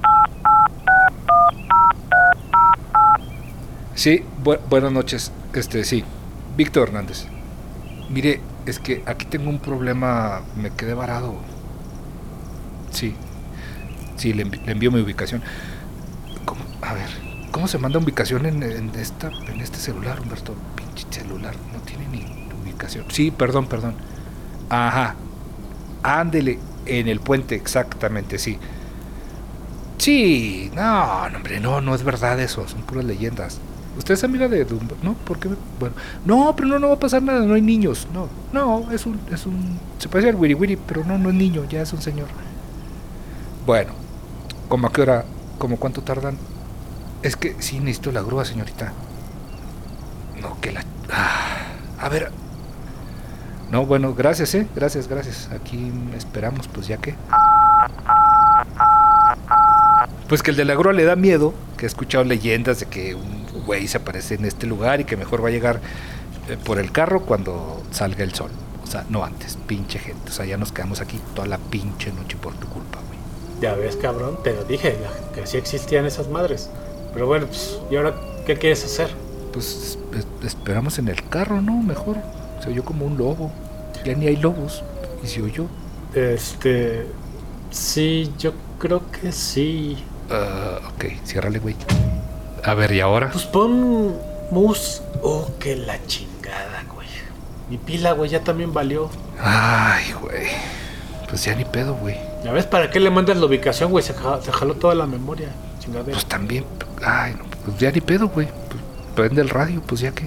Sí, bu- buenas noches, este, sí, Víctor Hernández. Mire, es que aquí tengo un problema, me quedé varado. Sí, sí, le, envi- le envío mi ubicación. ¿Cómo, A ver, ¿cómo se manda ubicación en, en, esta, en este celular, Humberto? Pinche celular, no tiene ni ubicación. Sí, perdón, perdón. Ajá. Ándele, en el puente, exactamente, sí. Sí, no, no, hombre, no, no es verdad eso, son puras leyendas. ¿Usted es amiga de Dumbo? ¿No? ¿Por qué? Bueno, no, pero no, no va a pasar nada, no hay niños. No, no, es un, es un, se parece al Wiri Wiri, pero no, no es niño, ya es un señor. Bueno, ¿cómo a qué hora? ¿Cómo cuánto tardan? Es que sí necesito la grúa, señorita. No, que la... Ah, a ver... No, bueno, gracias, eh, gracias, gracias. Aquí esperamos, pues ya que... Pues que el de la grúa le da miedo, que he escuchado leyendas de que un güey se aparece en este lugar y que mejor va a llegar eh, por el carro cuando salga el sol. O sea, no antes, pinche gente. O sea, ya nos quedamos aquí toda la pinche noche por tu culpa, güey. Ya ves, cabrón, te lo dije, que sí existían esas madres. Pero bueno, pues, ¿y ahora qué quieres hacer? Pues es- esperamos en el carro, ¿no? Mejor. Se oyó como un lobo. Ya ni hay lobos. ¿Y se oyó? Este... Sí, yo creo que sí. Uh, ok, ciérrale, güey. A ver, ¿y ahora? Pues pon mus... Oh, que la chingada, güey. Mi pila, güey, ya también valió. Ay, güey. Pues ya ni pedo, güey. ¿Ya ves para qué le mandas la ubicación, güey? Se, ja- se jaló toda la memoria, chingadera. Pues también. Ay, no, pues ya ni pedo, güey. Pues prende el radio, pues ya que.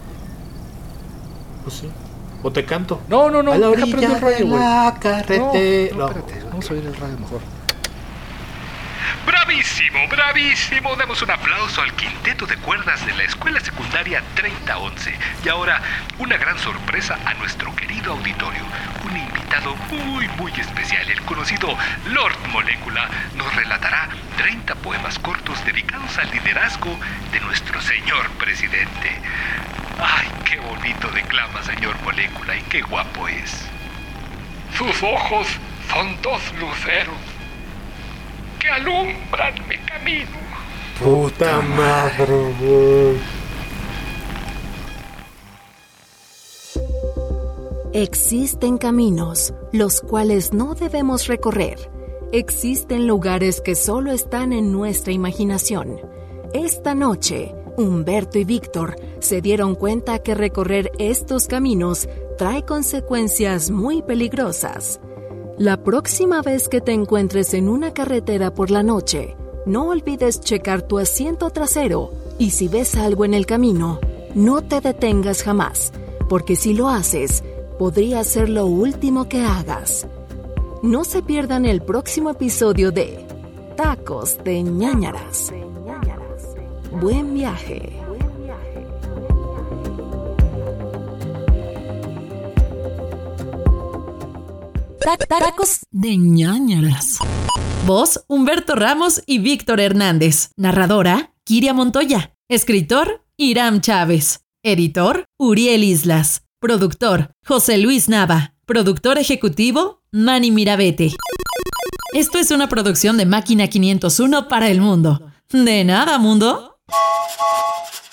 Pues sí. O te canto. No, no, no, A la deja orilla prender el radio, de güey. la carretera. No, no, espérate, vamos a oír el radio mejor. Bravísimo, bravísimo. Damos un aplauso al quinteto de cuerdas de la escuela secundaria treinta once. Y ahora, una gran sorpresa a nuestro querido auditorio. Un invitado muy, muy especial, el conocido Lord Molécula, nos relatará treinta poemas cortos dedicados al liderazgo de nuestro señor presidente. Ay, qué bonito declama, señor Molécula, y qué guapo es. Sus ojos son dos luceros que alumbran mi camino. Puta madre, güey. Existen caminos, los cuales no debemos recorrer. Existen lugares que solo están en nuestra imaginación. Esta noche, Humberto y Víctor se dieron cuenta que recorrer estos caminos trae consecuencias muy peligrosas. La próxima vez que te encuentres en una carretera por la noche, no olvides checar tu asiento trasero y si ves algo en el camino, no te detengas jamás, porque si lo haces, podría ser lo último que hagas. No se pierdan el próximo episodio de Tacos de Ñáñaras. Buen viaje. Tacos de Ñáñaras. Voz, Humberto Ramos y Víctor Hernández. Narradora, Kiria Montoya. Escritor, Iram Chávez. Editor, Uriel Islas. Productor, José Luis Nava. Productor ejecutivo, Manny Mirabete. Esto es una producción de Máquina quinientos uno para el mundo. De nada, mundo.